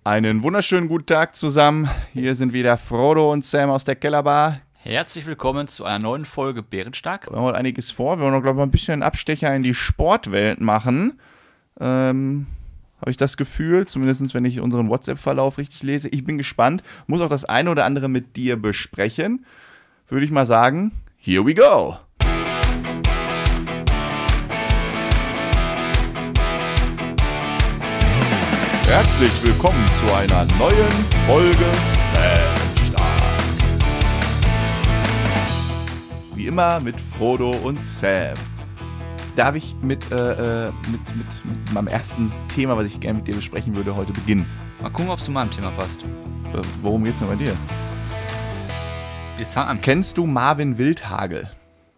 Einen wunderschönen guten Tag zusammen. Hier sind wieder Frodo und Sam aus der Kellerbar. Herzlich willkommen zu einer neuen Folge Bärenstark. Wir haben heute einiges vor. Wir wollen noch, glaube ich, ein bisschen Abstecher in die Sportwelt machen. Habe ich das Gefühl, zumindest wenn ich unseren WhatsApp-Verlauf richtig lese. Ich bin gespannt. Muss auch das eine oder andere mit dir besprechen. Würde ich mal sagen, here we go. Herzlich willkommen zu einer neuen Folge Bärenstark. Wie immer mit Frodo und Sam. Darf ich mit meinem ersten Thema, was ich gerne mit dir besprechen würde, heute beginnen? Mal gucken, ob es zu meinem Thema passt. Worum geht's denn bei dir? Jetzt fang an. Kennst du Marvin Wildhagel?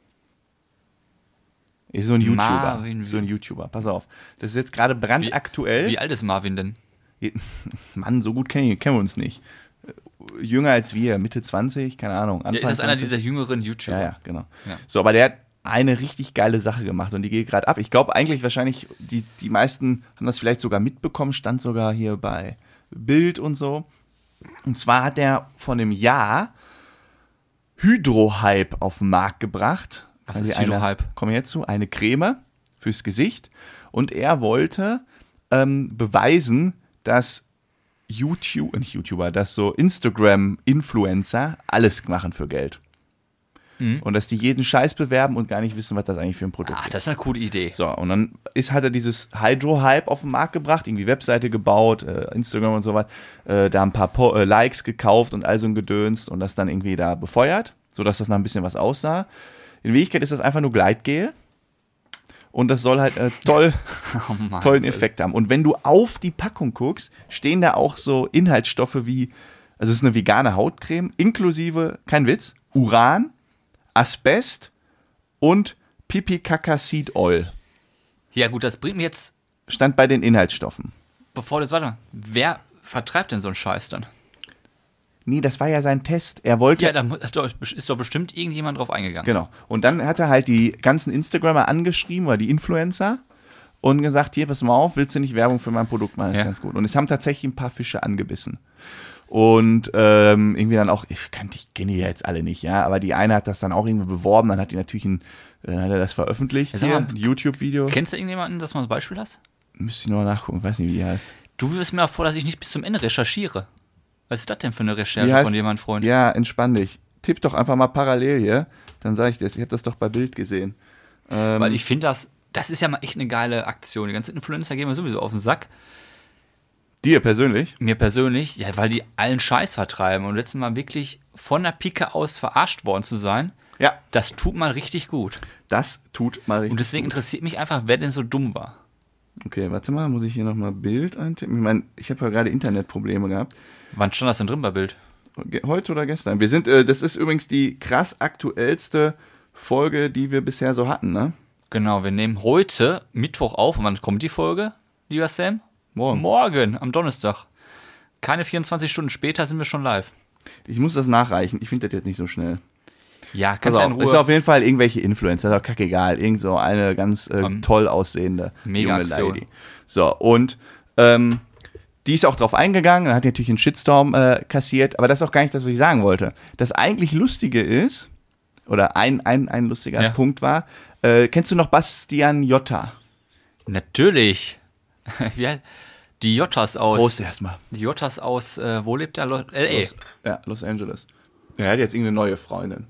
Ist so ein YouTuber. Pass auf. Das ist jetzt gerade brandaktuell. Wie alt ist Marvin denn? Mann, so gut kennen wir uns nicht. Jünger als wir, Mitte 20, keine Ahnung. Anfang ist das 20? Einer dieser jüngeren YouTuber? Ja, genau. Ja. So, aber der hat eine richtig geile Sache gemacht und die geht gerade ab. Ich glaube eigentlich wahrscheinlich, die meisten haben das vielleicht sogar mitbekommen, stand sogar hier bei Bild und so. Und zwar hat er vor einem Jahr Hydro-Hype auf den Markt gebracht. Was ist Hydro-Hype? Kommen wir jetzt zu. Eine Creme fürs Gesicht. Und er wollte beweisen, dass dass so Instagram-Influencer alles machen für Geld. Mhm. Und dass die jeden Scheiß bewerben und gar nicht wissen, was das eigentlich für ein Produkt ist. Das ist eine coole Idee. So, und dann hat er dieses Hydro-Hype auf den Markt gebracht, irgendwie Webseite gebaut, Instagram und so was, da ein paar Likes gekauft und all so ein Gedöns und das dann irgendwie da befeuert, sodass das nach ein bisschen was aussah. In Wirklichkeit ist das einfach nur Gleitgel. Und das soll halt tollen Effekt haben. Und wenn du auf die Packung guckst, stehen da auch so Inhaltsstoffe wie, also es ist eine vegane Hautcreme, inklusive, kein Witz, Uran, Asbest und Pipi-Kaka-Seed Oil. Ja gut, das bringt mir jetzt... Stand bei den Inhaltsstoffen. Bevor du jetzt weiter, wer vertreibt denn so einen Scheiß dann? Nee, das war ja sein Test. Er wollte. Ja, da ist doch bestimmt irgendjemand drauf eingegangen. Genau. Und dann hat er halt die ganzen Instagrammer angeschrieben oder die Influencer und gesagt, hier, pass mal auf, willst du nicht Werbung für mein Produkt machen? Das ist ganz gut. Und es haben tatsächlich ein paar Fische angebissen. Und irgendwie dann auch, ich kenne die ja jetzt alle nicht, ja, aber die eine hat das dann auch irgendwie beworben, dann hat hat er das veröffentlicht, ein YouTube-Video. Kennst du irgendjemanden, dass man ein Beispiel hast? Müsste ich noch nachgucken, weiß nicht, wie die heißt. Du wirst mir auch vor, dass ich nicht bis zum Ende recherchiere. Was ist das denn für eine Recherche von jemandem, Freund? Ja, entspann dich. Tipp doch einfach mal parallel hier, dann sage ich das. Ich habe das doch bei Bild gesehen. Weil ich finde, das ist ja mal echt eine geile Aktion. Die ganzen Influencer gehen mir sowieso auf den Sack. Dir persönlich? Mir persönlich, ja, weil die allen Scheiß vertreiben. Und letztes Mal wirklich von der Pike aus verarscht worden zu sein, ja, das tut mal richtig gut. Das tut mal richtig gut. Und deswegen interessiert mich einfach, wer denn so dumm war. Okay, warte mal, muss ich hier nochmal Bild eintippen? Ich meine, ich habe ja gerade Internetprobleme gehabt. Wann stand das denn drin bei Bild? Heute oder gestern? Das ist übrigens die krass aktuellste Folge, die wir bisher so hatten, ne? Genau, wir nehmen heute Mittwoch auf. Und wann kommt die Folge, lieber Sam? Morgen, am Donnerstag. Keine 24 Stunden später sind wir schon live. Ich muss das nachreichen. Ich finde das jetzt nicht so schnell. Ja, kannst du in Ruhe. Ist auf jeden Fall irgendwelche Influencer, ist auch kackegal. Irgend so eine ganz toll aussehende junge Lady. So, und die ist auch drauf eingegangen, dann hat die natürlich einen Shitstorm kassiert, aber das ist auch gar nicht das, was ich sagen wollte. Das eigentlich Lustige ist, oder ein lustiger Punkt war, kennst du noch Bastian Jotta? Natürlich. Die Jottas aus... Prost erstmal. Die Jottas aus, wo lebt er? L.A. Los Angeles. Er hat jetzt irgendeine neue Freundin.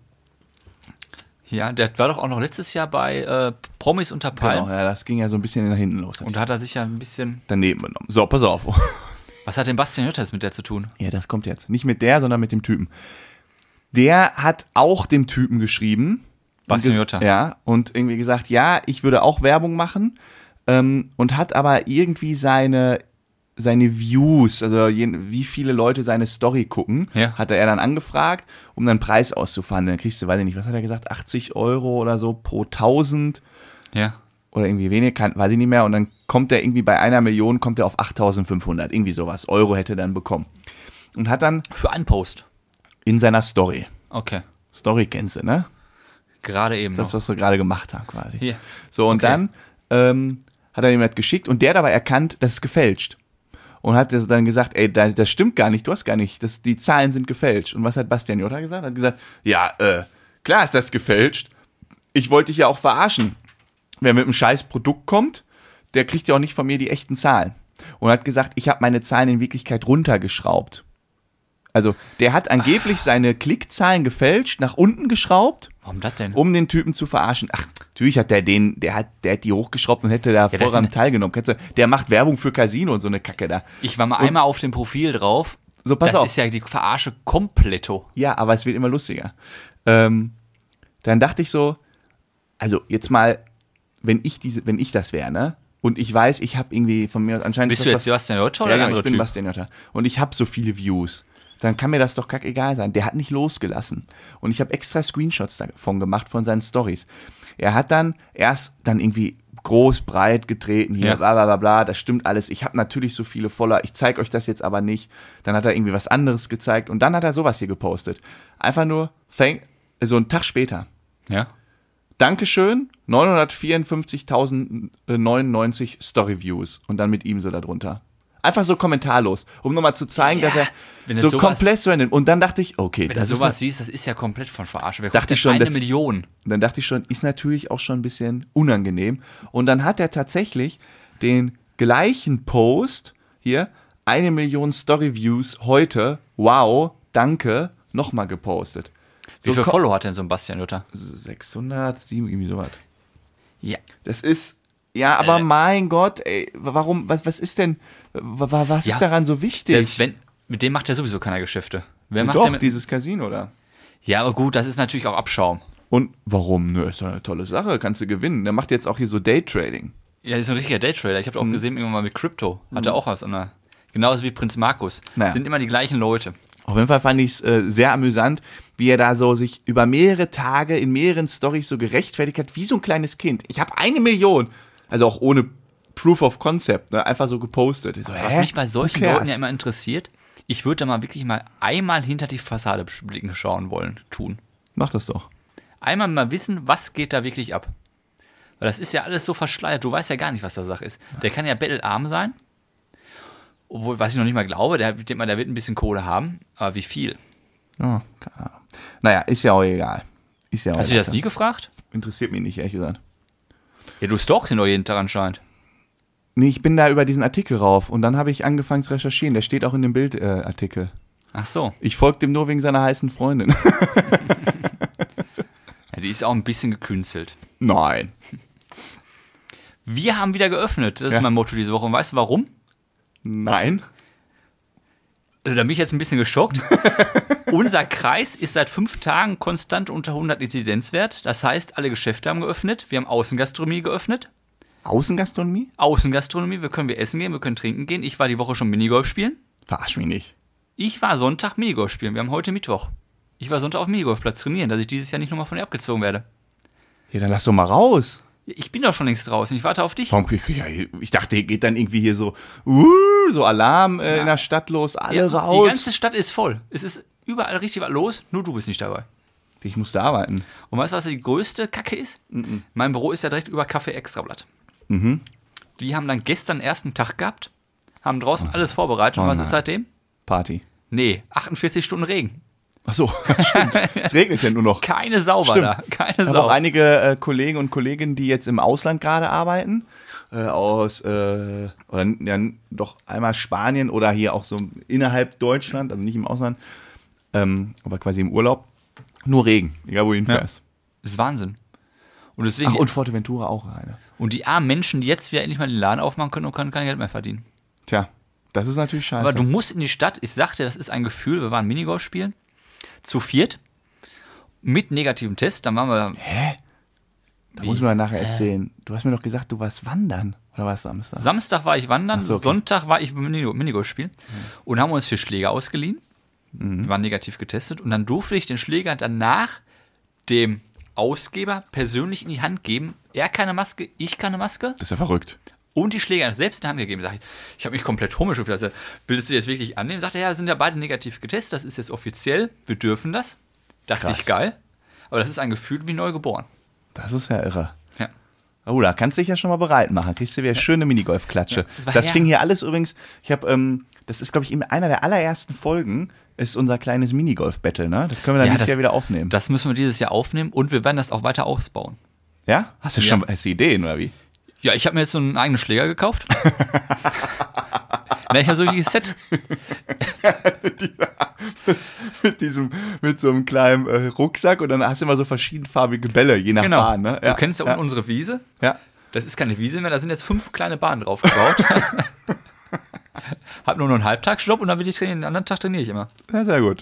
Ja, der war doch auch noch letztes Jahr bei Promis unter Palmen. Genau, ja, das ging ja so ein bisschen nach hinten los. Und da hat er sich ja ein bisschen... daneben genommen. So, pass auf. Was hat denn Bastian Jotta jetzt mit der zu tun? Ja, das kommt jetzt. Nicht mit der, sondern mit dem Typen. Der hat auch dem Typen geschrieben. Bastian Jotta. Ja, und irgendwie gesagt, ja, ich würde auch Werbung machen. Und hat aber irgendwie seine Views, also wie viele Leute seine Story gucken, hat er dann angefragt, um dann einen Preis auszuverhandeln. Dann kriegst du, weiß ich nicht, was hat er gesagt, 80 Euro oder so pro 1000. Ja. Oder irgendwie weniger, weiß ich nicht mehr. Und dann kommt er irgendwie bei 1 Million, kommt er auf 8.500, irgendwie sowas. Euro hätte er dann bekommen. Und hat dann... Für einen Post? In seiner Story. Okay. Story kennst du, ne? Gerade eben das, was wir gerade gemacht haben, quasi. Ja. So, und dann hat er ihm das geschickt und der hat aber erkannt, das ist gefälscht. und hat dann gesagt, ey, das stimmt gar nicht, du hast gar nicht, die Zahlen sind gefälscht. Und was hat Bastian Jotta gesagt? Hat gesagt, ja, klar ist das gefälscht. Ich wollte dich ja auch verarschen. Wer mit einem scheiß Produkt kommt, der kriegt ja auch nicht von mir die echten Zahlen. Und hat gesagt, ich habe meine Zahlen in Wirklichkeit runtergeschraubt. Also, der hat angeblich seine Klickzahlen gefälscht, nach unten geschraubt. Warum das denn? Um den Typen zu verarschen. Ach, natürlich hat der hat die hochgeschraubt und hätte da voran teilgenommen. Der macht Werbung für Casino und so eine Kacke da. Ich war mal einmal auf dem Profil drauf. So, pass auf. Das ist ja die Verarsche kompletto. Ja, aber es wird immer lustiger. Dann dachte ich so, also jetzt mal, wenn ich das wäre, ne? Und ich weiß, ich habe irgendwie von mir anscheinend... Bist du jetzt Sebastian Jotta oder ja, ein ich anderer bin Typ? Bastian Jotta. Und ich habe so viele Views. Dann kann mir das doch kackegal sein. Der hat nicht losgelassen. Und ich habe extra Screenshots davon gemacht, von seinen Stories. Er hat dann erst irgendwie groß, breit getreten, hier, bla bla bla bla, das stimmt alles. Ich habe natürlich so viele Follower, ich zeige euch das jetzt aber nicht. Dann hat er irgendwie was anderes gezeigt und dann hat er sowas hier gepostet. Einfach nur, so einen Tag später. Ja. Dankeschön, 954.099 Story-Views und dann mit ihm so darunter. Einfach so kommentarlos, um nochmal zu zeigen, dass er so komplett so nimmt. Und dann dachte ich, okay, wenn du sowas siehst, das ist ja komplett von Verarsche. Wer dachte ich schon, 1 Million? Dann dachte ich schon, ist natürlich auch schon ein bisschen unangenehm. Und dann hat er tatsächlich den gleichen Post hier, 1 Million Story-Views heute, wow, danke, nochmal gepostet. Wie viele Follower hat denn so ein Bastian Jotta? 600, 7, irgendwie sowas. Ja. Das ist, ja, aber mein Gott, ey, warum, was ist denn, was ist daran so wichtig? Selbst mit dem macht ja sowieso keiner Geschäfte. Wer macht Doch, dieses Casino da. Ja, aber gut, das ist natürlich auch Abschaum. Und warum? Nö, ist doch eine tolle Sache, kannst du gewinnen. Der macht jetzt auch hier so Daytrading. Ja, das ist ein richtiger Daytrader. Ich habe auch gesehen, irgendwann mal mit Crypto. Hatte auch was an der. Genauso wie Prinz Markus. Naja. Sind immer die gleichen Leute. Auf jeden Fall fand ich es sehr amüsant, wie er da so sich über mehrere Tage in mehreren Storys so gerechtfertigt hat, wie so ein kleines Kind. Ich habe 1 Million. Also auch ohne Proof of Concept, ne? Einfach so gepostet. So, was mich bei solchen Leuten ja immer interessiert, ich würde da mal wirklich mal einmal hinter die Fassade blicken schauen wollen, tun. Mach das doch. Einmal mal wissen, was geht da wirklich ab. Weil das ist ja alles so verschleiert, du weißt ja gar nicht, was da Sache ist. Der kann ja bettelarm sein, obwohl, was ich noch nicht mal glaube, der wird ein bisschen Kohle haben, aber wie viel? Oh, keine Ahnung. Naja, ist ja auch egal. Hast du dir das nie gefragt? Interessiert mich nicht, ehrlich gesagt. Ja, du stalkst ihn doch jeden Tag anscheinend. Nee, ich bin da über diesen Artikel rauf und dann habe ich angefangen zu recherchieren. Der steht auch in dem Bildartikel. Ach so. Ich folge dem nur wegen seiner heißen Freundin. Ja, die ist auch ein bisschen gekünstelt. Nein. Wir haben wieder geöffnet. Das ist mein Motto diese Woche. Und weißt du warum? Nein. Also da bin ich jetzt ein bisschen geschockt. Unser Kreis ist seit 5 Tagen konstant unter 100 Inzidenzwert. Das heißt, alle Geschäfte haben geöffnet. Wir haben Außengastronomie geöffnet. Außengastronomie? Außengastronomie. Wir können essen gehen, wir können trinken gehen. Ich war die Woche schon Minigolf spielen. Verarsch mich nicht. Ich war Sonntag Minigolf spielen. Wir haben heute Mittwoch. Ich war Sonntag auf dem Minigolfplatz trainieren, dass ich dieses Jahr nicht nochmal von dir abgezogen werde. Ja, dann lass doch mal raus. Ich bin doch schon längst draußen. Ich warte auf dich. Warum, ich dachte, geht dann irgendwie hier so, so Alarm in der Stadt los, alle raus. Die ganze Stadt ist voll. Es ist überall richtig was los, nur du bist nicht dabei. Ich musste arbeiten. Und weißt du, was die größte Kacke ist? Mein Büro ist ja direkt über Café Extrablatt. Die haben dann gestern den ersten Tag gehabt, haben draußen alles vorbereitet. Und was ist seitdem? Party. Nee, 48 Stunden Regen. Ach so, stimmt. Es regnet ja nur noch. Keine Sau war da. Keine Sau. Ich habe auch einige Kollegen und Kolleginnen, die jetzt im Ausland gerade arbeiten. Oder ja, doch einmal Spanien oder hier auch so innerhalb Deutschland, also nicht im Ausland, aber quasi im Urlaub. Nur Regen, egal wo du hinfährst. Ja. Das ist Wahnsinn. Und deswegen. Ach, und Forteventura auch eine. Und die armen Menschen, die jetzt wieder endlich mal den Laden aufmachen können und können kein Geld mehr verdienen. Tja, das ist natürlich scheiße. Aber du musst in die Stadt, ich sagte, das ist ein Gefühl, wir waren Minigolf spielen, zu 4, mit negativem Test, dann waren wir... Hä? Da muss ich mir nachher erzählen. Du hast mir doch gesagt, du warst wandern. Oder warst du Samstag? Samstag war ich wandern, so, okay. Sonntag war ich Minigolf spielen und haben uns 4 Schläger ausgeliehen. Wir waren negativ getestet und dann durfte ich den Schläger danach dem Ausgeber persönlich in die Hand geben. Er keine Maske, ich keine Maske. Das ist ja verrückt. Und die Schläger selbst in die Hand gegeben. Sag ich habe mich komplett komisch gefühlt. Also, willst du das wirklich annehmen? Sagt er, ja, wir sind ja beide negativ getestet. Das ist jetzt offiziell. Wir dürfen das. Dachte Krass. ich, geil. Aber das ist ein Gefühl wie neu geboren. Das ist ja irre. Ja. Oh, da kannst du dich ja schon mal bereit machen. Kriegst du wieder schöne Minigolf-Klatsche. Ja, das fing hier alles übrigens, das ist, glaube ich, in einer der allerersten Folgen, ist unser kleines Minigolf-Battle, ne? Das können wir dann dieses Jahr wieder aufnehmen. Das müssen wir dieses Jahr aufnehmen und wir werden das auch weiter ausbauen. Ja? Hast du Ideen, oder wie? Ja, ich habe mir jetzt so einen eigenen Schläger gekauft. Na, ich habe so ein richtiges Set. mit so einem kleinen Rucksack und dann hast du immer so verschiedenfarbige Bälle, je nach Bahn. Ne? Ja. Du kennst ja unten unsere Wiese. Ja. Das ist keine Wiese mehr, da sind jetzt 5 kleine Bahnen drauf gebaut. Hab nur noch einen Halbtagsjob und dann will ich trainieren. Den anderen Tag trainiere ich immer. Ja, sehr gut.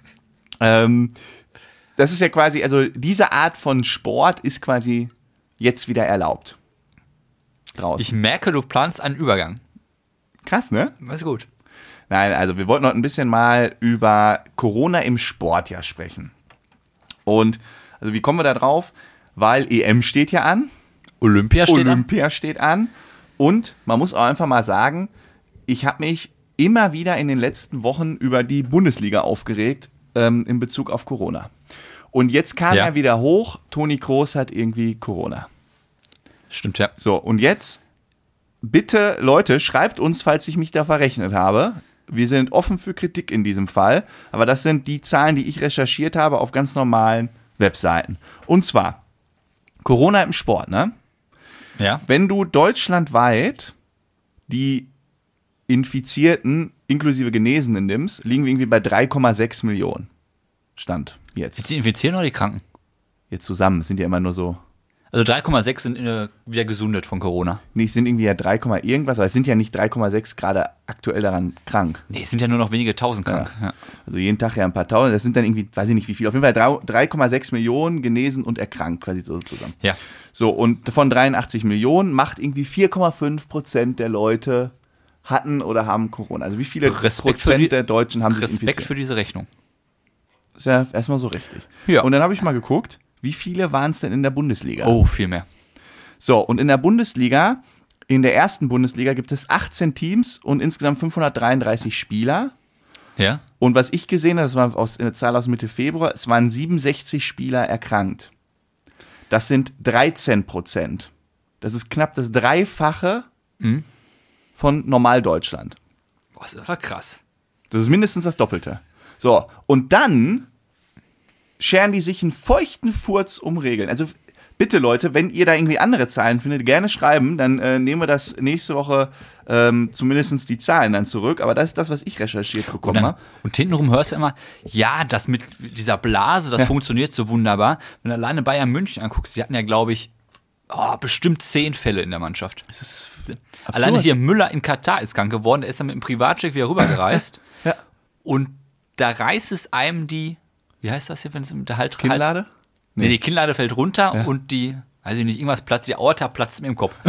Das ist ja quasi, also diese Art von Sport ist quasi jetzt wieder erlaubt. Draußen. Ich merke, du planst einen Übergang. Krass, ne? Das ist gut. Nein, also wir wollten heute ein bisschen mal über Corona im Sport ja sprechen. Und also wie kommen wir da drauf? Weil EM steht ja an. Olympia steht an. Und man muss auch einfach mal sagen, ich habe mich immer wieder in den letzten Wochen über die Bundesliga aufgeregt in Bezug auf Corona. Und jetzt kam er wieder hoch, Toni Kroos hat irgendwie Corona. Stimmt, ja. So, und jetzt bitte, Leute, schreibt uns, falls ich mich da verrechnet habe. Wir sind offen für Kritik in diesem Fall, aber das sind die Zahlen, die ich recherchiert habe auf ganz normalen Webseiten. Und zwar Corona im Sport, ne? Ja. Wenn du deutschlandweit die Infizierten inklusive Genesenen nimmst, liegen wir irgendwie bei 3,6 Millionen. Stand jetzt. Jetzt die Infizierten oder die Kranken? Jetzt zusammen, sind ja immer nur so. Also 3,6 sind wieder gesundet von Corona. Nee, es sind irgendwie ja 3, irgendwas, aber es sind ja nicht 3,6 gerade aktuell daran krank. Nee, es sind ja nur noch wenige tausend krank. Ja. Also jeden Tag ja ein paar tausend, das sind dann irgendwie, weiß ich nicht wie viel, auf jeden Fall 3,6 Millionen genesen und erkrankt quasi so zusammen. Ja. So, und von 83 Millionen macht irgendwie 4,5% der Leute hatten oder haben Corona. Also wie viele Prozent der Deutschen haben sich infiziert? Respekt für diese Rechnung. Ist ja erstmal so richtig. Ja. Und dann habe ich mal geguckt, wie viele waren es denn in der Bundesliga? Oh, viel mehr. So, und in der Bundesliga, in der ersten Bundesliga gibt es 18 Teams und insgesamt 533 Spieler. Ja. Und was ich gesehen habe, das war eine Zahl aus Mitte Februar, es waren 67 Spieler erkrankt. Das sind 13%. Das ist knapp das Dreifache von Normaldeutschland. Boah, das war krass. Das ist mindestens das Doppelte. So, und dann scheren die sich einen feuchten Furz um Regeln. Also bitte Leute, wenn ihr da irgendwie andere Zahlen findet, gerne schreiben, dann nehmen wir das nächste Woche zumindest die Zahlen dann zurück. Aber das ist das, was ich recherchiert bekommen habe. Und hintenrum hörst du immer, ja, das mit dieser Blase, das funktioniert so wunderbar. Wenn du alleine Bayern München anguckst, die hatten ja, glaube ich, bestimmt 10 Fälle in der Mannschaft. Das ist alleine hier Müller in Katar ist krank geworden, der ist dann mit dem Privatjet wieder rübergereist. Ja. Und da reißt es einem die, wie heißt das hier, wenn es mit der Halt... Kinnlade? Nee, die Kinnlade fällt runter und die, weiß ich nicht, irgendwas platzt, die Aorta platzt mir im Kopf.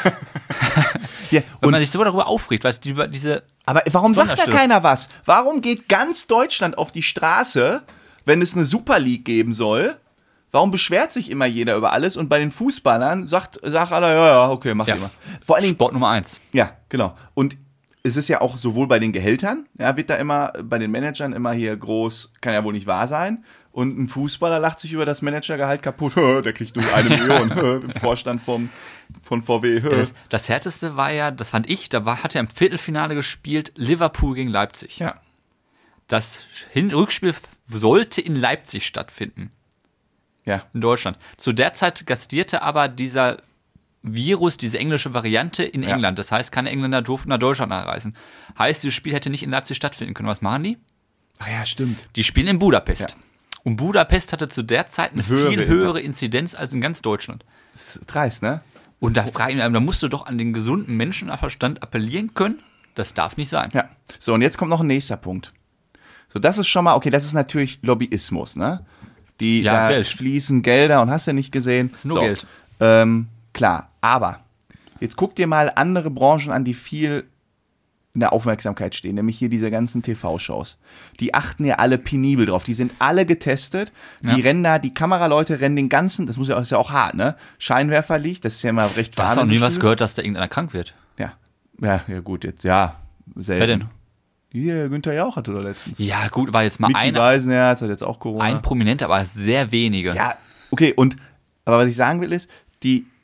Ja, Wenn man sich so darüber aufregt, weil diese... Aber warum sagt da keiner was? Warum geht ganz Deutschland auf die Straße, wenn es eine Super League geben soll? Warum beschwert sich immer jeder über alles? Und bei den Fußballern sagt alle, ja, okay, mach mal. Vor allen Dingen, Sport Nummer 1. Ja, genau. Und es ist ja auch sowohl bei den Gehältern, ja, wird da immer, bei den Managern immer hier groß, kann ja wohl nicht wahr sein. Und ein Fußballer lacht sich über das Managergehalt kaputt. Der kriegt nur 1 Million im Vorstand von VW. Ja, das Härteste war ja, das fand ich, hat er im Viertelfinale gespielt, Liverpool gegen Leipzig. Ja. Das Rückspiel sollte in Leipzig stattfinden. Ja. In Deutschland. Zu der Zeit gastierte aber dieser Virus, diese englische Variante in England. Das heißt, keine Engländer durften nach Deutschland einreisen. Heißt, dieses Spiel hätte nicht in Leipzig stattfinden können. Was machen die? Ach ja, stimmt. Die spielen in Budapest. Ja. Und Budapest hatte zu der Zeit eine viel höhere Inzidenz als in ganz Deutschland. Das ist dreist, ne? Und da frage ich mich, da musst du doch an den gesunden Menschenverstand appellieren können. Das darf nicht sein. Ja. So, und jetzt kommt noch ein nächster Punkt. So, das ist schon mal, okay, das ist natürlich Lobbyismus, ne? Da Geld. fließen Gelder und hast du nicht gesehen. Das ist nur Geld. Klar, aber jetzt guck dir mal andere Branchen an, die viel in der Aufmerksamkeit stehen, nämlich hier diese ganzen TV-Shows. Die achten ja alle penibel drauf, die sind alle getestet, die rennen da, die Kameraleute rennen den ganzen, das ist ja auch hart, ne? Scheinwerferlicht, das ist ja immer recht Du hast auch nie was gehört, dass da irgendeiner krank wird. Ja, gut, jetzt, ja, selten. Wer denn? Hier, Günther Jauch hatte doch letztens. Ja, gut, war jetzt mal Micky Beisenherz hat jetzt auch Corona. ein Prominenter, aber sehr wenige. Ja, okay, aber was ich sagen will ist,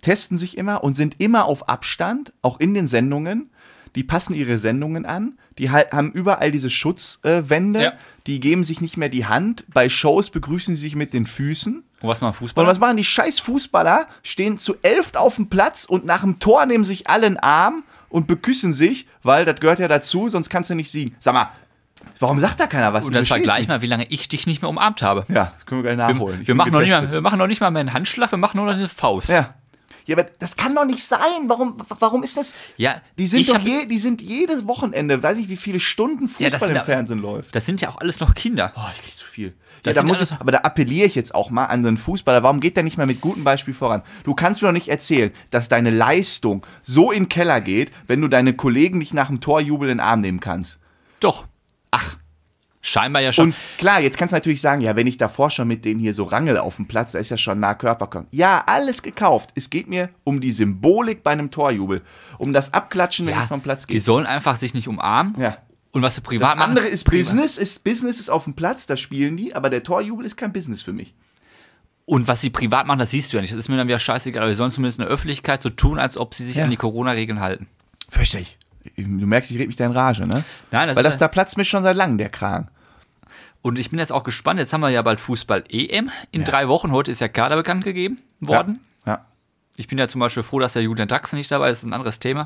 testen sich immer und sind immer auf Abstand, auch in den Sendungen. Die passen ihre Sendungen an, die haben überall diese Schutzwände, die geben sich nicht mehr die Hand. Bei Shows begrüßen sie sich mit den Füßen. Und was machen Fußballer? Und was machen die scheiß Fußballer? Stehen zu 11 auf dem Platz und nach dem Tor nehmen sich alle einen Arm und beküssen sich, weil das gehört ja dazu, sonst kannst du nicht siegen. Sag mal, warum sagt da keiner was? Und das vergleich mal, wie lange ich dich nicht mehr umarmt habe. Ja, das können wir gleich nachholen. Wir machen noch nicht mal mehr einen Handschlag, wir machen nur noch eine Faust. Ja, aber das kann doch nicht sein. Warum ist das? Ja, die sind jedes Wochenende, weiß ich, wie viele Stunden Fußball im Fernsehen läuft. Das sind ja auch alles noch Kinder. Oh, ich krieg zu viel. Aber da appelliere ich jetzt auch mal an so einen Fußballer. Warum geht der nicht mal mit gutem Beispiel voran? Du kannst mir doch nicht erzählen, dass deine Leistung so in den Keller geht, wenn du deine Kollegen nicht nach dem Torjubel in den Arm nehmen kannst. Doch. Ach. Scheinbar ja schon. Und klar, jetzt kannst du natürlich sagen, ja, wenn ich davor schon mit denen hier so rangel auf dem Platz, da ist ja schon nah Körperkontakt. Ja, alles gekauft. Es geht mir um die Symbolik bei einem Torjubel. Um das Abklatschen, wenn ich vom Platz gehe. Die sollen einfach sich nicht umarmen. Ja. Und was sie privat machen. Das andere ist Business ist auf dem Platz, da spielen die, aber der Torjubel ist kein Business für mich. Und was sie privat machen, das siehst du ja nicht. Das ist mir dann wieder scheißegal. Aber sie sollen zumindest in der Öffentlichkeit so tun, als ob sie sich an die Corona-Regeln halten. Fürchterlich. Du merkst, ich rede mich da in Rage, ne? Nein, da platzt mir schon seit langem der Kragen. Und ich bin jetzt auch gespannt, jetzt haben wir ja bald Fußball-EM in 3 Wochen. Heute ist ja Kader bekannt gegeben worden. Ja. Ich bin ja zum Beispiel froh, dass der Julian Draxler nicht dabei ist, das ist ein anderes Thema.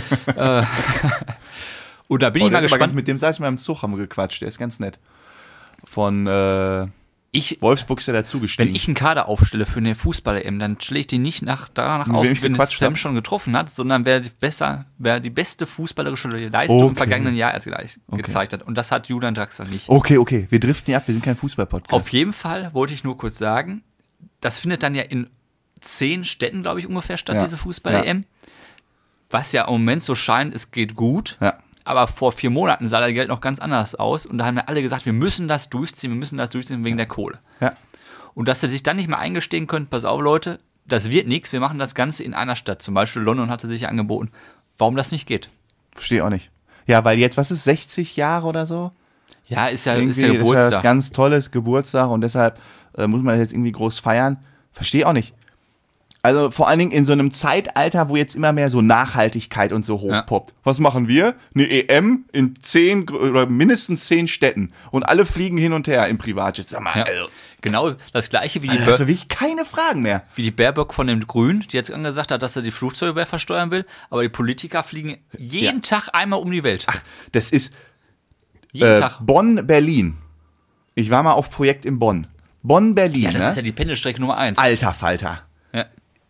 Und da bin ich mal gespannt. Mit dem saß ich mal im Zug, haben wir gequatscht, der ist ganz nett. Von Wolfsburg ist ja dazugestiegen. Wenn ich einen Kader aufstelle für eine Fußball-EM, dann stelle ich die nicht danach auf, wenn es Sam schon getroffen hat, sondern wer die beste fußballerische Leistung im vergangenen Jahr gezeigt hat. Und das hat Julian Draxler nicht. Okay, wir driften ja ab, wir sind kein Fußball-Podcast. Auf jeden Fall wollte ich nur kurz sagen, das findet dann ja in 10 Städten, glaube ich, ungefähr statt, diese Fußball-EM. Was ja im Moment so scheint, es geht gut. Ja. Aber vor 4 Monaten sah das Geld noch ganz anders aus. Und da haben wir alle gesagt, wir müssen das durchziehen wegen der Kohle. Ja. Und dass sie sich dann nicht mehr eingestehen können, pass auf Leute, das wird nichts, wir machen das Ganze in einer Stadt. Zum Beispiel London hatte sich angeboten. Warum das nicht geht? Verstehe auch nicht. Ja, weil jetzt, was ist, 60 Jahre oder so? Ja, ist ja Geburtstag. Ist ja das ganz tolles Geburtstag und deshalb muss man das jetzt irgendwie groß feiern. Verstehe auch nicht. Also vor allen Dingen in so einem Zeitalter, wo jetzt immer mehr so Nachhaltigkeit und so hochpoppt. Ja. Was machen wir? Eine EM in 10 oder mindestens 10 Städten und alle fliegen hin und her im Privatjet. Sag mal, genau das gleiche wie also wirklich keine Fragen mehr. Wie die Baerbock von den Grünen, die jetzt angesagt hat, dass er die Flugzeuge versteuern will, aber die Politiker fliegen jeden Tag einmal um die Welt. Ach, das ist jeden Tag. Bonn-Berlin. Ich war mal auf Projekt in Bonn. Bonn-Berlin. Ja, das ist ja die Pendelstrecke Nummer 1. Alter Falter. Ja.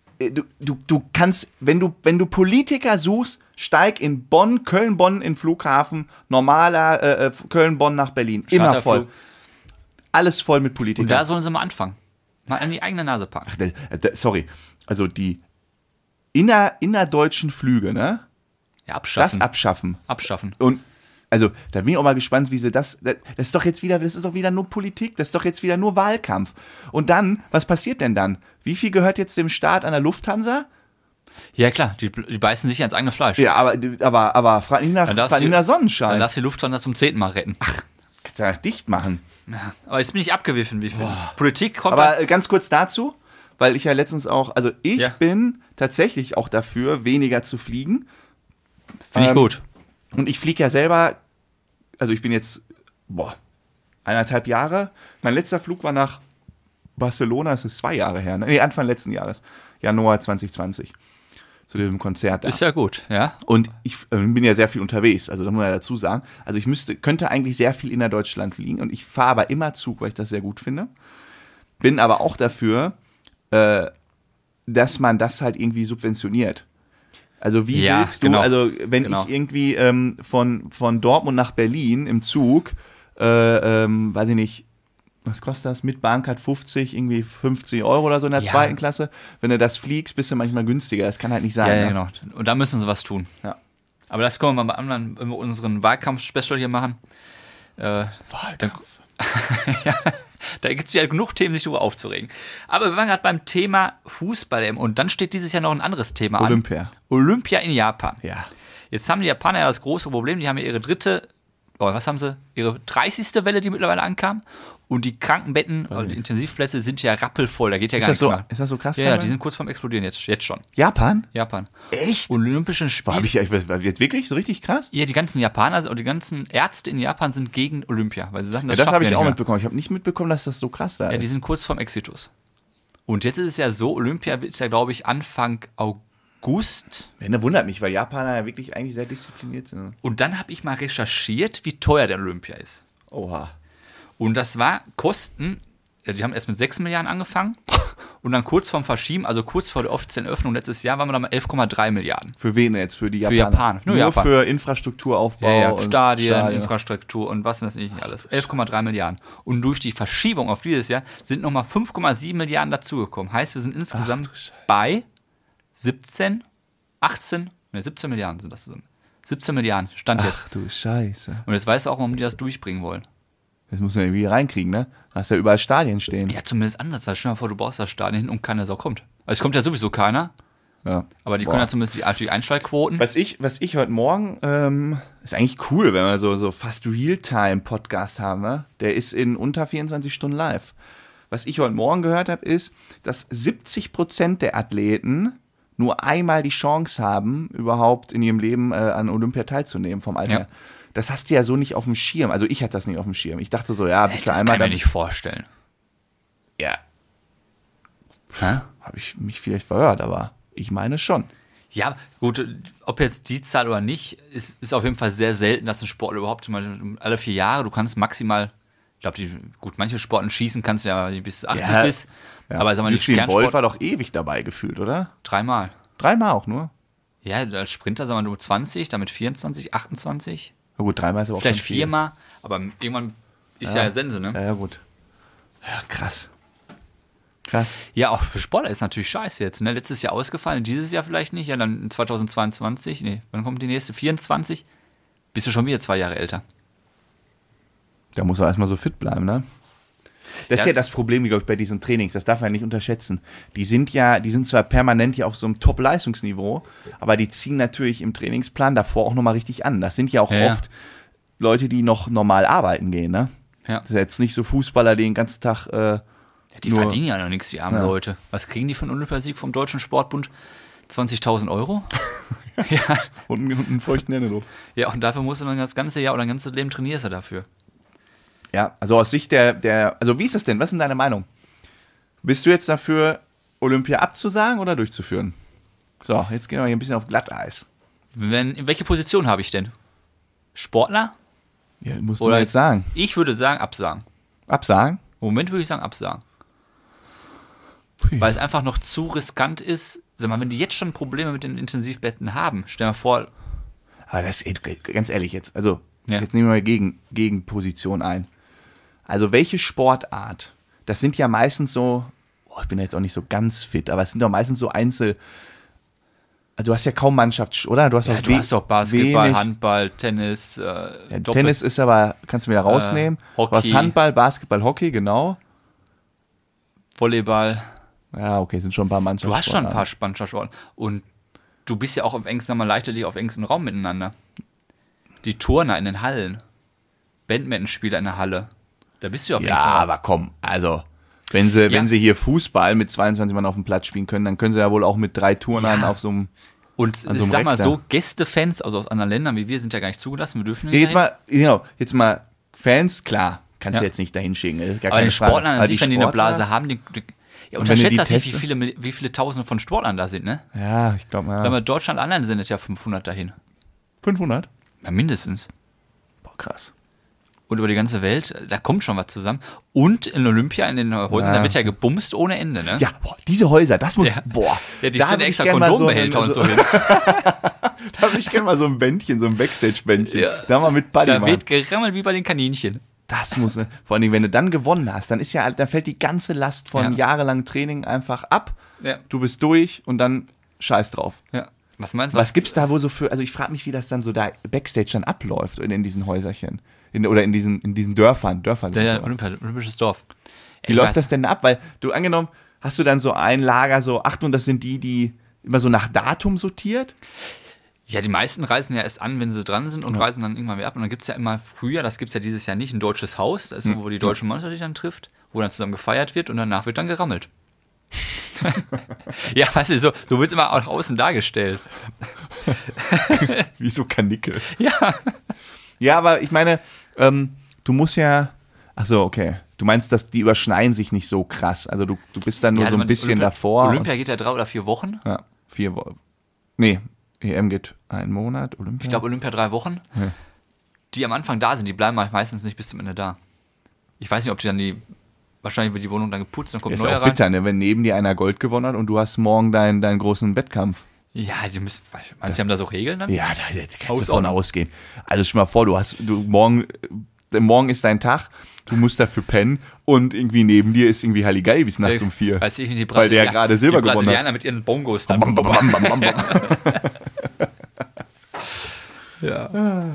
Du kannst, wenn du Politiker suchst, steig in Bonn, Köln-Bonn in Flughafen, normaler Köln-Bonn nach Berlin. Immer voll. Alles voll mit Politikern. Und da sollen sie mal anfangen. Mal an die eigene Nase packen. Ach, sorry. Also die innerdeutschen Flüge, ne? Ja, abschaffen. Das abschaffen. Abschaffen. Und also, da bin ich auch mal gespannt, wie sie das ist doch wieder nur Politik, das ist doch jetzt wieder nur Wahlkampf. Und dann, was passiert denn dann? Wie viel gehört jetzt dem Staat an der Lufthansa? Ja, klar, die beißen sich ans eigene Fleisch. Ja, aber frag nicht nach Sonnenschein. Dann darfst du die Lufthansa zum 10. Mal retten. Ach, kannst du ja dicht machen. Ja, aber jetzt bin ich abgewiffen, wie viel. Politik kommt. Aber ganz kurz dazu, weil ich ja letztens auch, also ich bin tatsächlich auch dafür, weniger zu fliegen. Finde ich gut. Und ich fliege ja selber, also ich bin jetzt, 1,5 Jahre. Mein letzter Flug war nach Barcelona, das ist 2 Jahre her. Nee, Anfang letzten Jahres, Januar 2020, zu diesem Konzert da. Ist ja gut, ja. Und ich bin ja sehr viel unterwegs, also da muss man ja dazu sagen. Also ich könnte eigentlich sehr viel innerdeutschland fliegen und ich fahre aber immer Zug, weil ich das sehr gut finde. Bin aber auch dafür, dass man das halt irgendwie subventioniert. Also wie willst du, also wenn ich irgendwie von Dortmund nach Berlin im Zug, weiß ich nicht, was kostet das? Mit Bahncard 50, irgendwie 50 Euro oder so in der zweiten Klasse. Wenn du das fliegst, bist du manchmal günstiger. Das kann halt nicht sein. Ja, genau. Und da müssen sie was tun. Ja. Aber das können wir mal bei anderen, wenn wir unseren Wahlkampf-Special hier machen. Wahlkampf. Da gibt es ja genug Themen, sich darüber aufzuregen. Aber wir waren gerade beim Thema Fußball und dann steht dieses Jahr noch ein anderes Thema an. Olympia in Japan. Ja. Jetzt haben die Japaner ja das große Problem, die haben ja ihre dritte was haben sie? Ihre 30. Welle, die mittlerweile ankam. Und die Krankenbetten, also die Intensivplätze sind ja rappelvoll, da geht ja gar nichts mehr. Ist das so krass? Ja, die sind kurz vorm Explodieren, jetzt schon. Japan? Japan. Echt? Und Olympischen Spiele. Jetzt wirklich so richtig krass? Ja, die ganzen Japaner und die ganzen Ärzte in Japan sind gegen Olympia, weil sie sagen, Das habe ich auch mitbekommen. Ich habe nicht mitbekommen, dass das so krass da ist. Ja, die sind kurz vorm Exitus. Und jetzt ist es ja so, Olympia ist ja, glaube ich, Anfang August. Ja, wundert mich, weil Japaner ja wirklich eigentlich sehr diszipliniert sind. Und dann habe ich mal recherchiert, wie teuer der Olympia ist. Oha. Und das war Kosten, die haben erst mit 6 Milliarden angefangen und dann kurz vorm Verschieben, also kurz vor der offiziellen Öffnung letztes Jahr, waren wir dann mal 11,3 Milliarden. Für wen jetzt? Für die Japaner? Für Japan. Nur Japan. Für Infrastrukturaufbau. Ja, und Stadien, Infrastruktur und was weiß ich nicht alles. 11,3 Milliarden. Und durch die Verschiebung auf dieses Jahr sind nochmal 5,7 Milliarden dazugekommen. Heißt, wir sind insgesamt bei 17 Milliarden sind das zusammen. 17 Milliarden, Stand jetzt. Ach du Scheiße. Und jetzt weißt du auch, warum die das durchbringen wollen. Das muss man irgendwie reinkriegen, ne? Da hast ja überall Stadien stehen. Ja, zumindest anders, weil stell dir mal vor, du baust das Stadion hin und keiner Sau kommt. Also es kommt ja sowieso keiner. Ja. Aber die können ja zumindest die Einschaltquoten. Was ich heute Morgen, ist eigentlich cool, wenn wir so fast Realtime-Podcast haben, ne? Der ist in unter 24 Stunden live. Was ich heute Morgen gehört habe, ist, dass 70% der Athleten nur einmal die Chance haben, überhaupt in ihrem Leben an Olympia teilzunehmen vom Alter. Ja. Das hast du ja so nicht auf dem Schirm. Also ich hatte das nicht auf dem Schirm. Ich dachte so, ja, bist du Das einmal... kann ich mir nicht vorstellen. Ja. Habe ich mich vielleicht verhört, aber ich meine schon. Ja, gut, ob jetzt die Zahl oder nicht, ist auf jeden Fall sehr selten, dass ein Sportler überhaupt mal alle 4 Jahre, du kannst maximal, ich glaube, manche Sporten schießen kannst du ja bis 80 bist, aber sag mal, die Usain Bolt Kernsport war doch ewig dabei gefühlt, oder? 3-mal. 3-mal auch nur? Ja, als Sprinter, sagen wir nur 20, damit 24, 28. Na gut, 3-mal ist aber auch Vielleicht schon viel. 4-mal, aber irgendwann ist ja Sense, ne? Ja, gut. Ja, krass. Krass. Ja, auch für Sportler ist natürlich scheiße jetzt, ne? Letztes Jahr ausgefallen, dieses Jahr vielleicht nicht, ja, dann 2022, nee, wann kommt die nächste? 24? Bist du schon wieder 2 Jahre älter. Da muss er erstmal so fit bleiben, ne? Das ist ja das Problem, glaube ich, bei diesen Trainings. Das darf man nicht unterschätzen. Die sind zwar permanent ja auf so einem Top-Leistungsniveau, aber die ziehen natürlich im Trainingsplan davor auch nochmal richtig an. Das sind ja auch oft Leute, die noch normal arbeiten gehen, ne? Ja. Das ist jetzt nicht so Fußballer, die den ganzen Tag die verdienen ja noch nichts, die armen Leute. Was kriegen die für einen Olympiasieg vom Deutschen Sportbund? 20.000 Euro? Ja. Und einen feuchten Händedruck. Ja, und dafür musst du dann das ganze Jahr oder ein ganzes Leben trainierst du dafür. Ja, also aus Sicht also wie ist das denn? Was ist denn deine Meinung? Bist du jetzt dafür, Olympia abzusagen oder durchzuführen? So, jetzt gehen wir hier ein bisschen auf Glatteis. Welche Position habe ich denn? Sportler? Ja, musst Oder du jetzt sagen. Ich würde sagen, absagen. Absagen? Im Moment würde ich sagen, absagen. Pui. Weil es einfach noch zu riskant ist. Sag mal, wenn die jetzt schon Probleme mit den Intensivbetten haben, stell dir mal vor. Aber das, ganz ehrlich jetzt, also Ja. jetzt nehmen wir mal Gegenposition ein. Also welche Sportart, das sind ja meistens so, ich bin ja jetzt auch nicht so ganz fit, aber es sind doch meistens so also du hast ja kaum Mannschaft, oder? Du hast, Ja, auch du hast doch Basketball, wenig. Handball, Tennis, Tennis ist aber, kannst du wieder rausnehmen. Hockey. Du hast Handball, Basketball, Hockey, genau. Volleyball. Ja, okay, sind schon ein paar Mannschaften. Du hast schon ein paar Mannschaftssportarten. Und du bist ja auch auf engstem, Leichtathletik auf engstem Raum miteinander. Die Turner in den Hallen. Badmintonspieler in der Halle. Da bist du ja auf Ja, engstem Raum. aber komm, also wenn sie hier Fußball mit 22 Mann auf dem Platz spielen können, dann können sie ja wohl auch mit 3 Turnern auf so einem... Und an ich so einem sag mal Reck so, da. Gästefans, also aus anderen Ländern wie wir, sind ja gar nicht zugelassen. Wir dürfen Ja, nicht jetzt mal Fans, klar, kannst Ja. du jetzt nicht dahin schicken. Gar aber keine den Frage. Sportlern Aber an sich, wenn die eine Sportler? Blase haben, wenn du unterschätzt die das nicht, testest? wie viele Tausende von Sportlern da sind, ne? Ja, ich glaube mal. Wenn wir Deutschland allein sind, es ja 500 dahin. 500? Ja, mindestens. Boah, krass. Und über die ganze Welt, da kommt schon was zusammen. Und in Olympia, in den Häusern, Ja. da wird ja gebumst ohne Ende, ne? Ja, boah, diese Häuser, das muss, Ja. boah. Ja, die da stellen würd ich extra gern mal Kondombehälter und so hin. Da würde ich gerne mal so ein Bändchen, so ein Backstage-Bändchen. Ja. Da mal mit Buddy Da machen. wird gerammelt wie bei den Kaninchen. Das muss, ne? Vor allen Dingen, wenn du dann gewonnen hast, dann fällt die ganze Last von Ja. jahrelangem Training einfach ab. Ja. Du bist durch und dann scheiß drauf. Ja. Was meinst du? Was gibt's da wohl so für, also ich frage mich, wie das dann so da Backstage dann abläuft in diesen Häuserchen. Oder in diesen Dörfern. Dörfern Ja, sind es aber. Olympisches Dorf. Wie läuft das denn ab? Weil du angenommen, hast du dann so ein Lager, so, Achtung, das sind die immer so nach Datum sortiert? Ja, die meisten reisen ja erst an, wenn sie dran sind und reisen dann irgendwann wieder ab. Und dann gibt es ja immer früher, das gibt es ja dieses Jahr nicht, ein deutsches Haus, das ist so, wo die deutsche Mannschaft sich dann trifft, wo dann zusammen gefeiert wird und danach wird dann gerammelt. Ja, weißt du, so wird es immer auch außen dargestellt. Wie so Kanickel. Ja. Ja, aber ich meine, du musst ja, ach so, okay. Du meinst, dass die überschneiden sich nicht so krass. Also du bist dann nur Ja, so ein bisschen davor. Olympia geht ja 3 oder 4 Wochen. Ja, 4 Wochen. Nee, EM geht 1 Monat, Olympia. Ich glaube, Olympia 3 Wochen. Ja. Die am Anfang da sind, die bleiben meistens nicht bis zum Ende da. Ich weiß nicht, ob die dann wahrscheinlich wird die Wohnung dann geputzt, dann kommt Ist neuer auch rein. bitter, ne? Wenn neben dir einer Gold gewonnen hat und du hast morgen deinen großen Wettkampf. Ja, die müssen, meinst du, die haben da so Regeln dann? Ja, da kannst du von ausgehen. Also stell mal vor, morgen ist dein Tag, du musst dafür pennen und irgendwie neben dir ist irgendwie Halligalli bis nachts um 4. Weißt du, die Weil der gerade Silber gewonnen hat. Brasilianer mit ihren Bongos dann. Bam, bam, bam, bam, bam, bam. Ja.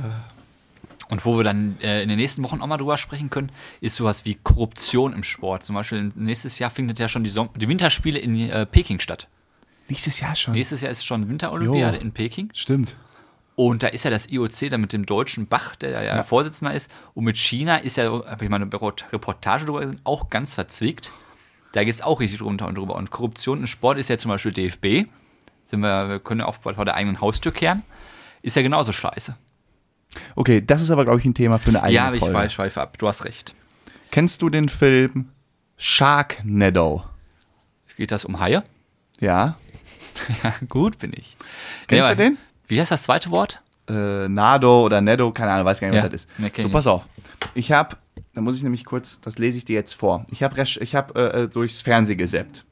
Und wo wir dann in den nächsten Wochen auch mal drüber sprechen können, ist sowas wie Korruption im Sport. Zum Beispiel nächstes Jahr findet ja schon die Winterspiele in Peking statt. Nächstes Jahr schon. Nächstes Jahr ist schon Winterolympiade in Peking. Stimmt. Und da ist ja das IOC dann mit dem deutschen Bach, der ja Vorsitzender ist. Und mit China ist ja, habe ich mal eine Reportage darüber gesehen, auch ganz verzwickt. Da geht es auch richtig drunter und drüber. Und Korruption im Sport ist ja zum Beispiel DFB. Wir können ja auch vor der eigenen Haustür kehren. Ist ja genauso scheiße. Okay, das ist aber, glaube ich, ein Thema für eine eigene Folge. Ja, ich schweife ab. Du hast recht. Kennst du den Film Sharknado? Geht das um Haie? Ja. Ja, gut bin ich. Kennst du den? Wie heißt das zweite Wort? Nado oder Nedo, keine Ahnung, weiß gar nicht, was das ist. Nee, So, pass auf. Da muss ich nämlich kurz, das lese ich dir jetzt vor. Ich habe durchs Fernsehen gesappt.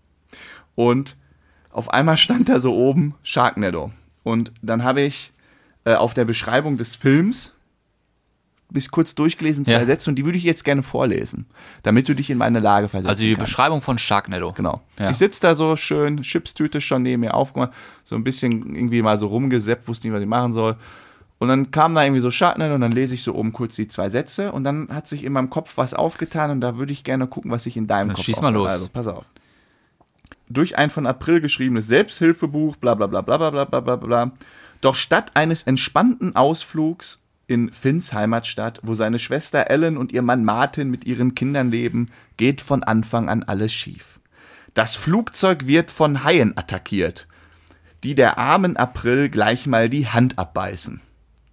Und auf einmal stand da so oben Sharknado. Und dann habe ich auf der Beschreibung des Films bis kurz durchgelesen, 2 Sätze, und die würde ich jetzt gerne vorlesen, damit du dich in meine Lage versetzen Also die kannst. Beschreibung von Sharknado. Genau. Ja. Ich sitze da so schön, Chipstüte schon neben mir aufgemacht, so ein bisschen irgendwie mal so rumgesappt, wusste nicht, was ich machen soll. Und dann kam da irgendwie so Sharknado und dann lese ich so oben kurz die 2 Sätze und dann hat sich in meinem Kopf was aufgetan und da würde ich gerne gucken, was sich in deinem Kopf schieß mal los. Also, pass auf. Durch ein von April geschriebenes Selbsthilfebuch, bla bla bla bla bla bla bla bla bla. Doch statt eines entspannten Ausflugs in Finns Heimatstadt, wo seine Schwester Ellen und ihr Mann Martin mit ihren Kindern leben, geht von Anfang an alles schief. Das Flugzeug wird von Haien attackiert, die der armen April gleich mal die Hand abbeißen.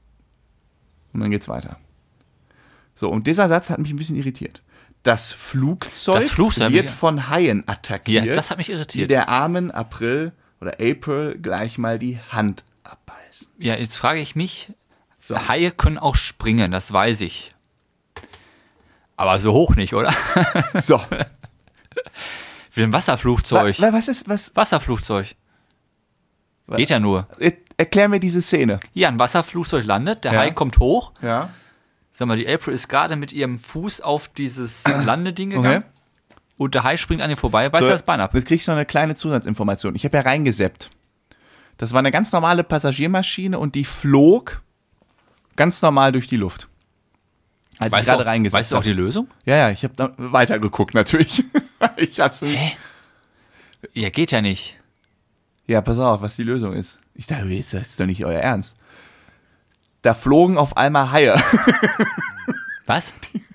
Und dann geht's weiter. So, und dieser Satz hat mich ein bisschen irritiert. Das Flugzeug wird von Haien attackiert, Ja, das hat mich irritiert. die der armen April gleich mal die Hand abbeißen. Ja, jetzt frage ich mich, So. Haie können auch springen, das weiß ich. Aber so hoch nicht, oder? So. Wie ein Wasserflugzeug. Was? Wasserflugzeug. Geht ja nur. Erklär mir diese Szene. Ja, ein Wasserflugzeug landet, der Ja. Hai kommt hoch. Ja. Sag mal, die April ist gerade mit ihrem Fuß auf dieses Landeding gegangen. Okay. Und der Hai springt an ihr vorbei, beißt So, das Bein ab. Jetzt kriegst du noch eine kleine Zusatzinformation. Ich habe ja reingesappt. Das war eine ganz normale Passagiermaschine und die flog ganz normal durch die Luft. Als ich gerade reingesappt weißt du auch die Lösung? Ja, ich habe da weitergeguckt natürlich. Ich hab's nicht. Hä? Ja, geht ja nicht. Ja, pass auf, was die Lösung ist. Ich dachte, das ist doch nicht euer Ernst. Da flogen auf einmal Haie. Was?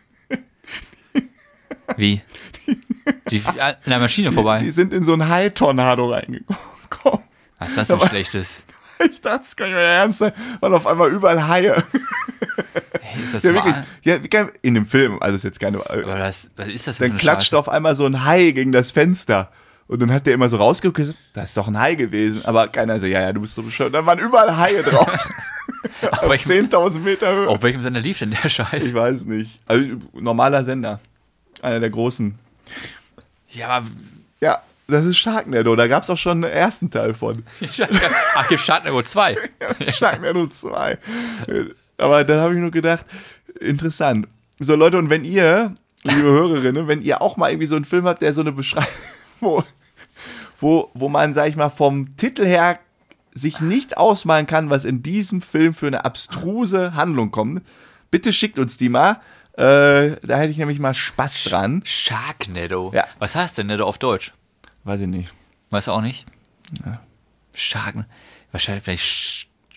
Wie? Die an der Maschine vorbei. Die sind in so ein Hai-Tornado reingekommen. Was ist das denn Schlechtes? Ich dachte, das kann nicht euer Ernst sein, weil auf einmal überall Haie. Hey, ist das Ja, wahr? wirklich. Ja, in dem Film, also ist jetzt keine. Aber was ist das denn Dann für eine klatscht Scheiße? auf einmal so ein Hai gegen das Fenster. Und dann hat der immer so rausgeguckt, gesagt, das ist doch ein Hai gewesen. Aber keiner so, ja, du bist so bescheuert. Dann waren überall Haie drauf. Auf 10.000 Meter Höhe. Auf welchem Sender lief denn der Scheiß? Ich weiß nicht. Also, normaler Sender. Einer der großen. Ja, aber Ja, das ist Sharknado. Da gab es auch schon einen ersten Teil von. ach, gibt Sharknado 2. Sharknado 2. Aber da habe ich nur gedacht, interessant. So, Leute, und wenn ihr, liebe Hörerinnen, wenn ihr auch mal irgendwie so einen Film habt, der so eine Beschreibung, wo man, sag ich mal, vom Titel her sich nicht ausmalen kann, was in diesem Film für eine abstruse Handlung kommt, bitte schickt uns die mal. Da hätte ich nämlich mal Spaß dran. Sharknado? Ja. Was heißt denn Nado auf Deutsch? Weiß ich nicht. Weißt du auch nicht? Ja. Sharknado. Wahrscheinlich vielleicht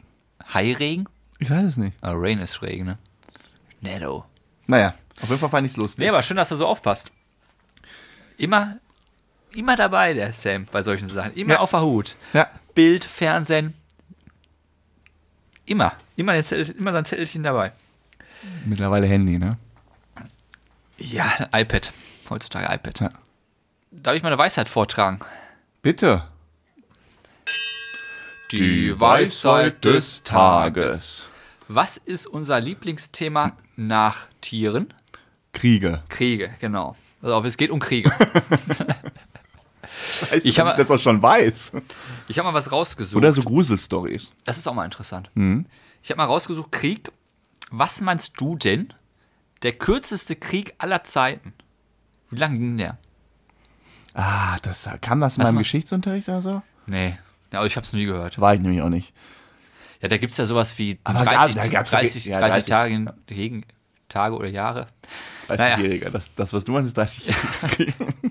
Hairegen? Ich weiß es nicht. Rain ist Regen, ne? Netto. Naja, auf jeden Fall fand ich es lustig. Nee, aber schön, dass er so aufpasst. Immer dabei, der Sam, bei solchen Sachen. Immer auf der Hut. Ja. Bild, Fernsehen. Immer sein Zettelchen dabei. Mittlerweile Handy, ne? Ja, iPad. Heutzutage iPad. Ja. Darf ich meine Weisheit vortragen? Bitte. Die Weisheit des Tages. Was ist unser Lieblingsthema nach Tieren? Kriege. Kriege, genau. Also es geht um Kriege. Weißt du, dass ich das auch schon weiß? Ich habe mal was rausgesucht. Oder so Gruselstories. Das ist auch mal interessant. Ich habe mal rausgesucht, Krieg. Was meinst du denn, der kürzeste Krieg aller Zeiten? Wie lange ging der? Ah, kam das mal im Geschichtsunterricht oder so? Nee, ja, also ich habe es nie gehört. War ich nämlich auch nicht. Ja, da gibt es ja sowas wie Aber 30 Tage oder Jahre. 30-Jähriger, das, was du meinst, ist 30-Jähriger.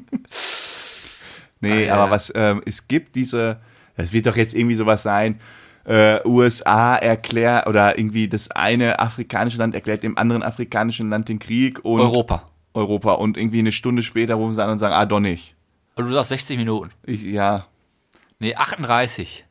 Nee, aber es gibt das wird doch jetzt irgendwie sowas sein, USA erklärt, oder irgendwie das eine afrikanische Land erklärt dem anderen afrikanischen Land den Krieg und Europa und irgendwie eine Stunde später rufen sie an und sagen, doch nicht. Und du sagst 60 Minuten. Ja. Nee, 38.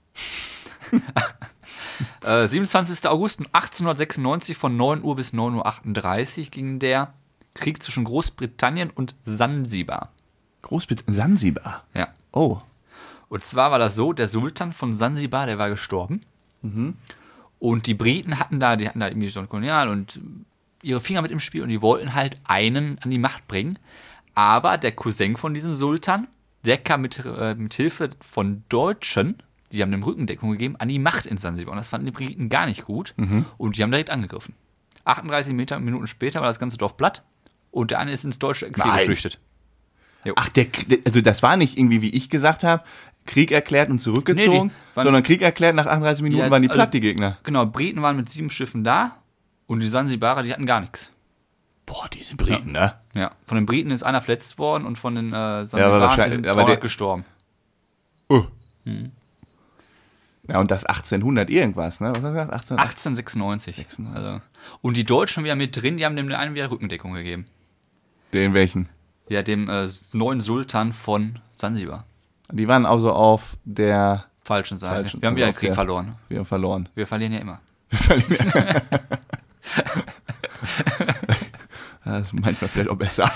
27. August 1896 von 9 Uhr bis 9:38 Uhr ging der Krieg zwischen Großbritannien und Sansibar. Sansibar? Ja. Oh. Und zwar war das so, der Sultan von Sansibar, der war gestorben. Und die Briten hatten da irgendwie so ein Kolonial und ihre Finger mit im Spiel und die wollten halt einen an die Macht bringen. Aber der Cousin von diesem Sultan, der kam mit Hilfe von Deutschen, die haben dem Rückendeckung gegeben, an die Macht in Sansibar. Und das fanden die Briten gar nicht gut. Und die haben direkt angegriffen. 38 Minuten später war das ganze Dorf platt und der eine ist ins deutsche Exil geflüchtet. Jo. Ach, also das war nicht irgendwie, wie ich gesagt habe, Krieg erklärt und zurückgezogen, sondern Krieg erklärt, nach 38 Minuten waren die platt, die Gegner. Genau, Briten waren mit 7 Schiffen da und die Sansibarer, die hatten gar nichts. Boah, diese Briten, ne? Ja, von den Briten ist einer verletzt worden und von den Sansibarern sind 300 gestorben. Ja, und das 1800 irgendwas, ne? Was hast du gesagt? 1896. Also. Und die Deutschen wieder mit drin, die haben dem einen wieder Rückendeckung gegeben. Den welchen? Ja, dem neuen Sultan von Sansibar. Die waren also auf der falschen Seite. Wir haben wieder einen Krieg verloren. Wir haben verloren. Wir verlieren ja immer. Das ist manchmal vielleicht auch besser.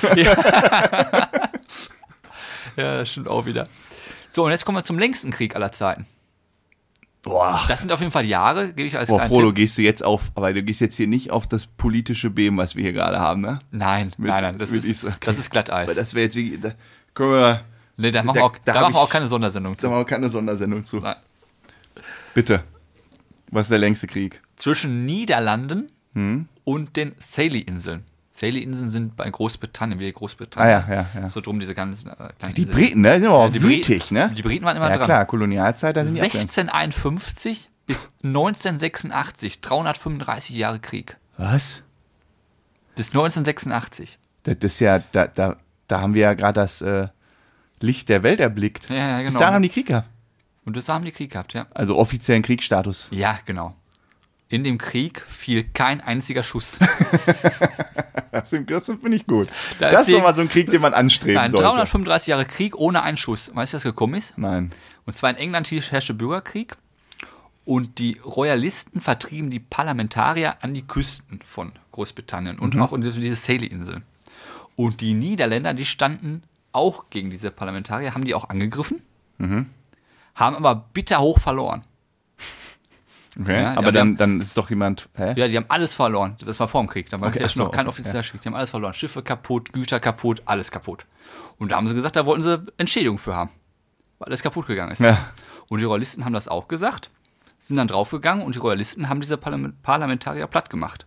Ja, das stimmt auch wieder. So, und jetzt kommen wir zum längsten Krieg aller Zeiten. Boah. Das sind auf jeden Fall Jahre, gebe ich als kleinen Frodo, gehst du jetzt jetzt hier nicht auf das politische Beben, was wir hier gerade haben, ne? Nein, das ist Glatteis. Weil das wäre jetzt wie, da können wir... Nee, da machen wir auch keine Sondersendung zu. Da machen wir keine Sondersendung zu. Nein. Bitte. Was ist der längste Krieg? Zwischen Niederlanden und den Scilly-Inseln. Scilly-Inseln sind bei Großbritannien, wie Großbritannien. Ja. So drum diese ganzen kleinen Die Briten, ne? Die sind aber auch wütig, ne? Die Briten waren immer dran. Ja klar, Kolonialzeit, da sind die 1651 bis 1986, 335 Jahre Krieg. Was? Bis 1986. Das ist ja, da haben wir ja gerade das Licht der Welt erblickt. Ja, genau. Bis dahin haben die Krieg gehabt. Und das haben die Krieg gehabt, ja. Also offiziellen Kriegsstatus. Ja, genau. In dem Krieg fiel kein einziger Schuss. Das finde ich gut. Das ist doch mal so ein Krieg, den man anstreben sollte. 335 Jahre Krieg ohne einen Schuss. Weißt du, was gekommen ist? Nein. Und zwar in England herrschte Bürgerkrieg und die Royalisten vertrieben die Parlamentarier an die Küsten von Großbritannien und auch in diese Scilly-Inseln. Und die Niederländer, die standen auch gegen diese Parlamentarier, haben die auch angegriffen, haben aber bitter hoch verloren. Okay, ja, aber dann ist doch jemand... Hä? Ja, die haben alles verloren. Das war vor dem Krieg. Da war noch kein offizieller Krieg. Die haben alles verloren. Schiffe kaputt, Güter kaputt, alles kaputt. Und da haben sie gesagt, da wollten sie Entschädigung für haben. Weil alles kaputt gegangen ist. Ja. Und die Royalisten haben das auch gesagt, sind dann draufgegangen und die Royalisten haben diese Parlamentarier platt gemacht.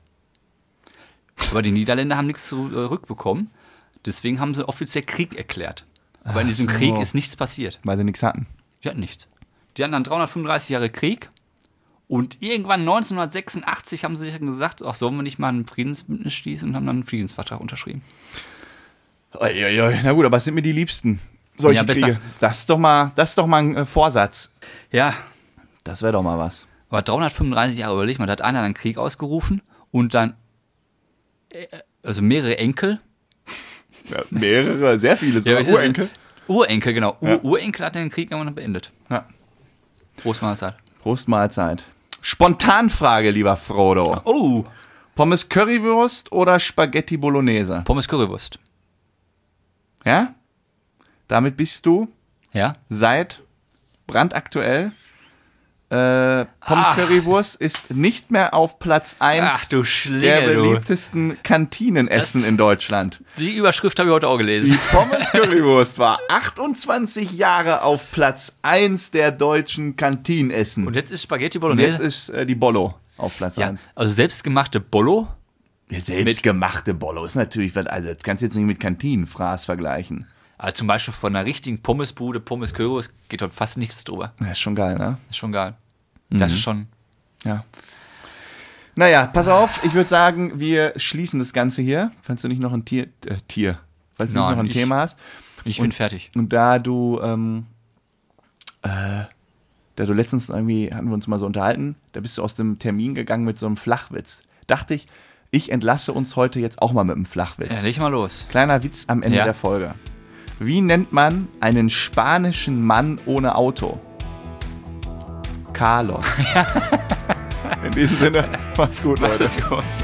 Aber die Niederländer haben nichts zurückbekommen. Deswegen haben sie offiziell Krieg erklärt. Aber in diesem Krieg ist nichts passiert. Weil sie nichts hatten. Die hatten nichts. Die hatten dann 335 Jahre Krieg. Und irgendwann 1986 haben sie sich gesagt, sollen wir nicht mal ein Friedensbündnis schließen und haben dann einen Friedensvertrag unterschrieben. Na gut, aber was sind mir die Liebsten? Solche Kriege. Das ist doch mal ein Vorsatz. Ja. Das wäre doch mal was. Aber 335 Jahre, überleg mal, da hat einer einen Krieg ausgerufen und dann also mehrere Enkel. Ja, mehrere, sehr viele, sogar Urenkel. Urenkel, genau. Ja. Urenkel hat den Krieg irgendwann beendet. Ja. Prost Mahlzeit. Prost Mahlzeit. Spontanfrage, lieber Frodo. Oh, Pommes Currywurst oder Spaghetti Bolognese? Pommes Currywurst. Ja? Damit bist du Ja? seit brandaktuell. Pommes Currywurst ist nicht mehr auf Platz 1 Ach du der Schlinge, du. beliebtesten Kantinenessen in Deutschland. Die Überschrift habe ich heute auch gelesen. Pommes Currywurst war 28 Jahre auf Platz 1 der deutschen Kantinenessen. Und jetzt ist Spaghetti Und Bolognese. jetzt ist die Bollo auf Platz Ja, 1. also selbstgemachte Bollo. Ja, selbstgemachte Bollo ist natürlich, also das kannst du jetzt nicht mit Kantinenfraß vergleichen. Also zum Beispiel von einer richtigen Pommesbude, Pommes Currywurst, geht dort fast nichts drüber. Das ist schon geil, ne? Ist schon geil. Das ist schon. Ja. Naja, pass auf, ich würde sagen, wir schließen das Ganze hier. Falls du nicht noch ein falls du nicht noch ein Thema hast. Ich bin fertig. Und da du letztens irgendwie, hatten wir uns mal so unterhalten, da bist du aus dem Termin gegangen mit so einem Flachwitz. Dachte ich entlasse uns heute jetzt auch mal mit einem Flachwitz. Ja, leg mal los. Kleiner Witz am Ende Ja. der Folge. Wie nennt man einen spanischen Mann ohne Auto? Carlos. In diesem Sinne, macht's gut, Leute. Das ist gut.